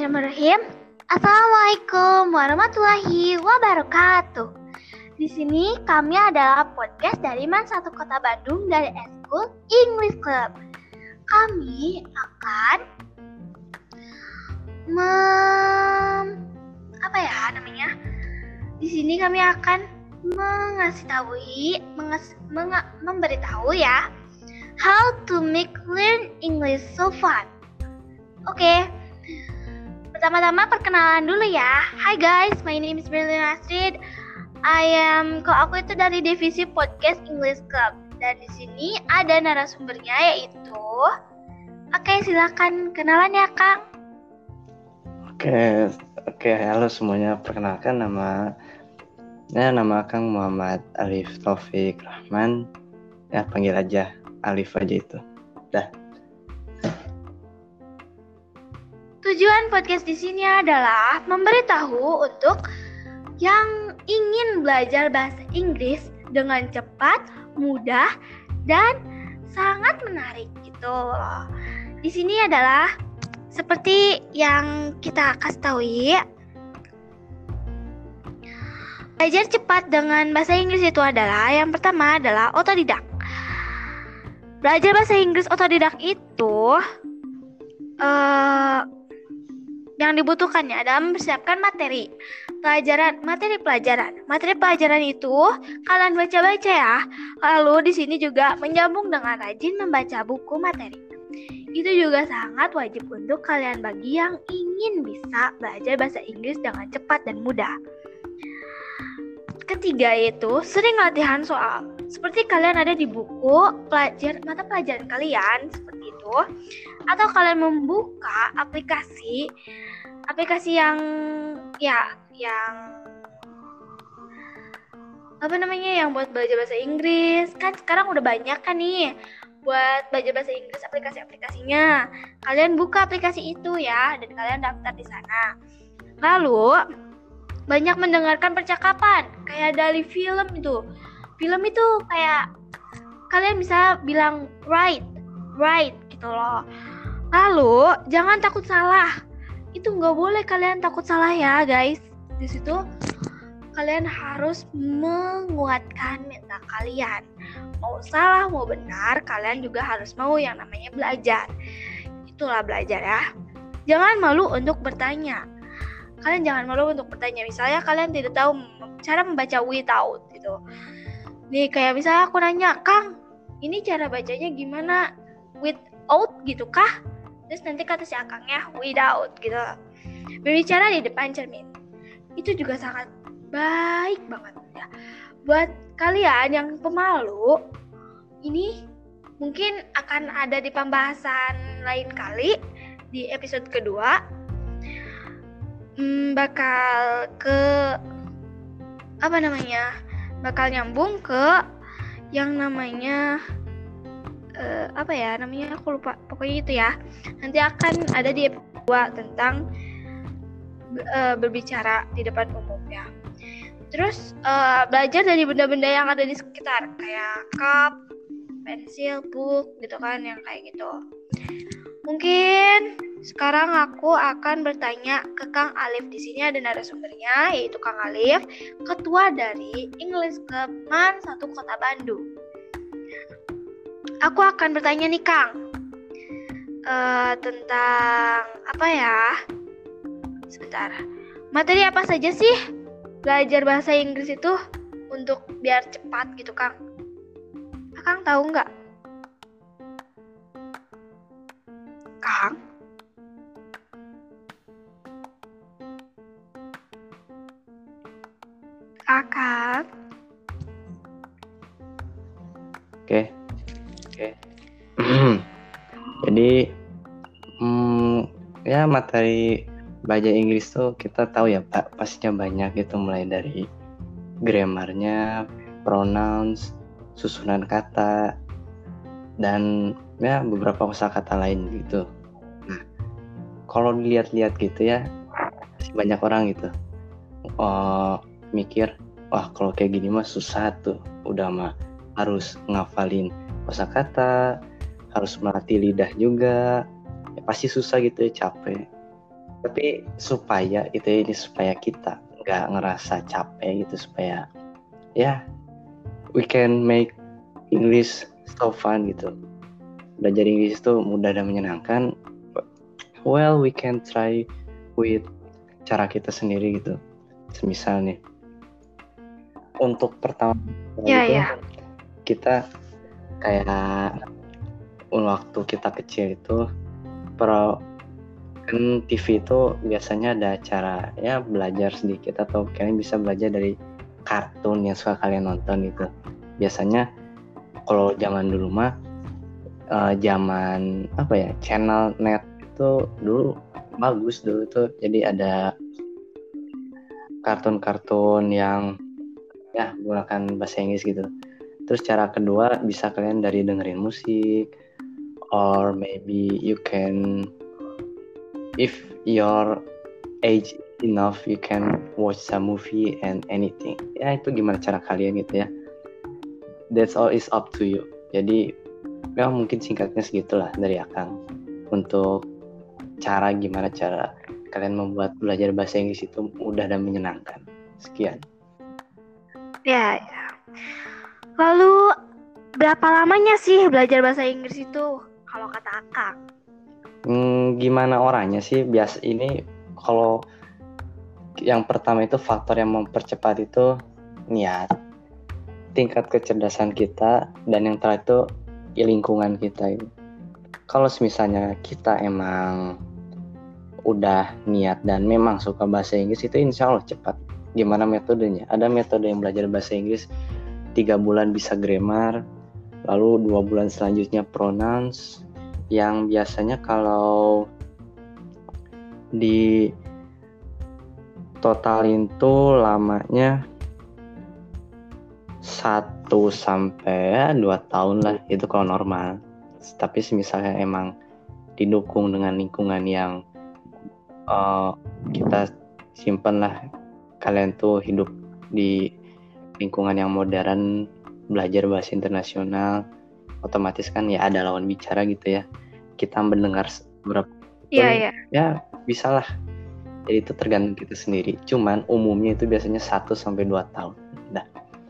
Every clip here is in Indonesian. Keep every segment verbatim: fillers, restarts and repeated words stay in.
Bismillahirrahmanirrahim. Assalamualaikum warahmatullahi wabarakatuh. Di sini kami adalah podcast dari Man Satu Kota Bandung dari Eskul English Club. Kami akan mem, apa ya namanya? Di sini kami akan mengasih tahu, mengas, menga, memberitahu ya, how to make learn English so fun. Oke. Okay. Pertama-tama perkenalan dulu ya. Hi guys, my name is Berlin Astrid. I am, kok aku itu dari divisi podcast English Club. Dan di sini ada narasumbernya yaitu. Oke, silakan kenalan ya, Kang. Oke, oke, halo semuanya. Perkenalkan nama ya, nama Kang Muhammad Alif Taufik Rahman. Ya, panggil aja Alif aja itu. Dah. Tujuan podcast di sini adalah memberitahu untuk yang ingin belajar bahasa Inggris dengan cepat, mudah, dan sangat menarik gitu loh. Di sini adalah seperti yang kita kasih tahu ya. Belajar cepat dengan bahasa Inggris itu adalah yang pertama adalah otodidak. Belajar bahasa Inggris otodidak itu uh, yang dibutuhkannya adalah mempersiapkan materi pelajaran, materi pelajaran. Materi pelajaran itu kalian baca-baca ya. Lalu di sini juga menyambung dengan rajin membaca buku materi. Itu juga sangat wajib untuk kalian bagi yang ingin bisa belajar bahasa Inggris dengan cepat dan mudah. Ketiga yaitu sering latihan soal. Seperti kalian ada di buku pelajar mata pelajaran kalian seperti itu, atau kalian membuka aplikasi aplikasi yang ya yang apa namanya yang buat belajar bahasa Inggris. Kan sekarang udah banyak kan nih buat belajar bahasa Inggris aplikasi-aplikasinya. Kalian buka aplikasi itu ya dan kalian daftar di sana. Lalu banyak mendengarkan percakapan kayak dari film itu. Film itu kayak kalian bisa bilang right, right gitu loh. Lalu jangan takut salah. Itu nggak boleh kalian takut salah ya guys. Di situ kalian harus menguatkan mental kalian. Mau salah mau benar, kalian juga harus mau yang namanya belajar. Itulah belajar ya. Jangan malu untuk bertanya. Kalian jangan malu untuk bertanya. Misalnya kalian tidak tahu cara membaca without gitu. Nih kayak misalnya aku nanya, Kang, ini cara bacanya gimana? Without gitu kah? Terus nanti kata si Akangnya without gitu. Berbicara di depan cermin. Itu juga sangat baik banget ya. Buat kalian yang pemalu, ini mungkin akan ada di pembahasan lain kali di episode kedua. Hmm, bakal ke apa namanya? Bakal nyambung ke yang namanya uh, apa ya namanya aku lupa, pokoknya itu ya. Nanti akan ada di episode dua tentang uh, berbicara di depan umum ya. Terus uh, belajar dari benda-benda yang ada di sekitar kayak cup, pensil, book gitu kan, yang kayak gitu. Mungkin sekarang aku akan bertanya ke Kang Alif. Di sini ada narasumbernya yaitu Kang Alif, ketua dari English Club Man Satu Kota Bandung. Aku akan bertanya nih Kang, uh, tentang apa ya? Sebentar. Materi apa saja sih belajar bahasa Inggris itu untuk biar cepat gitu Kang? Kang tahu nggak? Kang? Kakak. Oke. Oke. Jadi hmm, ya materi belajar Inggris tuh kita tahu ya Pak, pastinya banyak gitu, mulai dari grammarnya, pronouns, susunan kata, dan ya beberapa kosakata lain gitu. Nah, kalau dilihat-lihat gitu ya, masih banyak orang gitu oh, mikir, wah kalau kayak gini mah susah tuh, udah mah harus ngafalin kosakata, harus melatih lidah juga, ya pasti susah gitu ya, capek. Tapi supaya itu ini supaya kita nggak ngerasa capek gitu, supaya ya we can make English so fun gitu. Belajar Inggris itu mudah dan menyenangkan. Well, we can try with cara kita sendiri gitu. Semisal nih, untuk pertama kali Ya, itu ya. kita kayak waktu kita kecil itu pro kan T V itu biasanya ada acara ya belajar sedikit, atau kalian bisa belajar dari kartun yang suka kalian nonton gitu. Biasanya kalau zaman dulu mah uh, zaman apa ya, channel net itu dulu bagus dulu tuh, jadi ada kartun-kartun yang ya menggunakan bahasa Inggris gitu. Terus cara kedua bisa kalian dari dengerin musik, or maybe you can, if your age enough, you can watch some movie and anything. Ya itu gimana cara kalian gitu ya. That's all is up to you. Jadi ya mungkin singkatnya segitulah dari Akang untuk cara gimana cara kalian membuat belajar bahasa Inggris itu mudah dan menyenangkan. Sekian. Ya, ya. Lalu berapa lamanya sih belajar bahasa Inggris itu kalau kata Akang? Hmm, gimana orangnya sih? Biasa ini kalau yang pertama itu faktor yang mempercepat itu niat, tingkat kecerdasan kita, dan yang terakhir itu ya, lingkungan kita ini. Kalau misalnya kita emang udah niat dan memang suka bahasa Inggris, itu insya Allah cepat. Gimana metodenya? Ada metode yang belajar bahasa Inggris tiga bulan bisa grammar, lalu dua bulan selanjutnya pronouns, yang biasanya kalau di totalin tuh lamanya satu sampai dua tahun lah, itu kalau normal. Tapi misalnya emang didukung dengan lingkungan yang uh, kita simpen lah, kalian tuh hidup di lingkungan yang modern, belajar bahasa internasional, otomatis kan ya ada lawan bicara gitu ya. Kita mendengar beberapa Iya, ya. Ya bisa lah. Jadi itu tergantung kita sendiri. Cuman umumnya itu biasanya satu sampai dua tahun. Dah.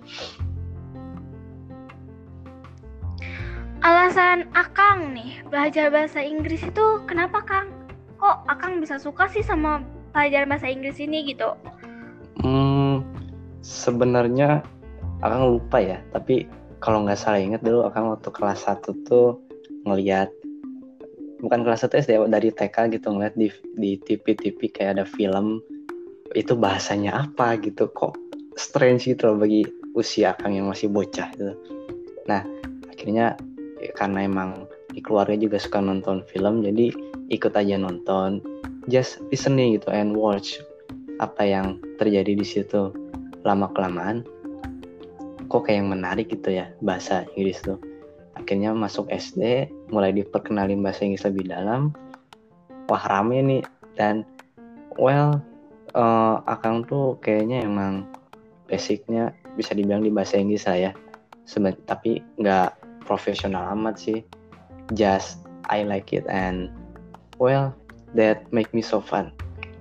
Alasan Akang nih belajar bahasa Inggris itu kenapa, Kang? Kok Akang bisa suka sih sama pelajaran bahasa Inggris ini gitu? Hmm, sebenarnya Akang lupa ya, tapi kalau nggak salah ingat dulu Akang waktu kelas satu tuh ngelihat, bukan kelas satu S D, dari T K gitu, ngeliat di di T V T V kayak ada film, itu bahasanya apa gitu, kok strange gitu loh bagi usia Akang yang masih bocah gitu. Nah akhirnya ya, karena emang di keluarga juga suka nonton film, jadi ikut aja nonton, just listening gitu and watch apa yang terjadi di situ. Lama kelamaan kok kayak yang menarik gitu ya bahasa Inggris tuh. Akhirnya masuk S D, mulai diperkenalin bahasa Inggris lebih dalam. Wah rame nih, dan well uh, Akang tuh kayaknya emang basicnya bisa dibilang di bahasa Inggris lah ya. Seben- tapi nggak profesional amat sih. Just I like it and well that make me so fun.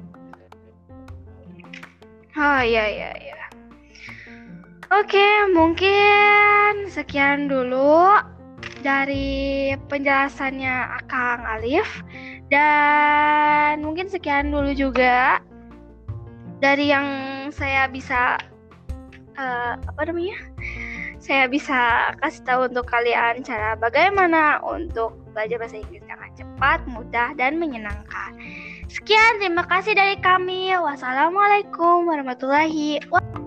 Oh, ya, ya, ya. Oke, mungkin sekian dulu dari penjelasannya Akang Alif, dan mungkin sekian dulu juga dari yang saya bisa uh, apa namanya saya bisa kasih tahu untuk kalian cara bagaimana untuk belajar bahasa Inggris dengan cepat, mudah, dan menyenangkan. Sekian, terima kasih dari kami. Wassalamualaikum warahmatullahi wabarakatuh.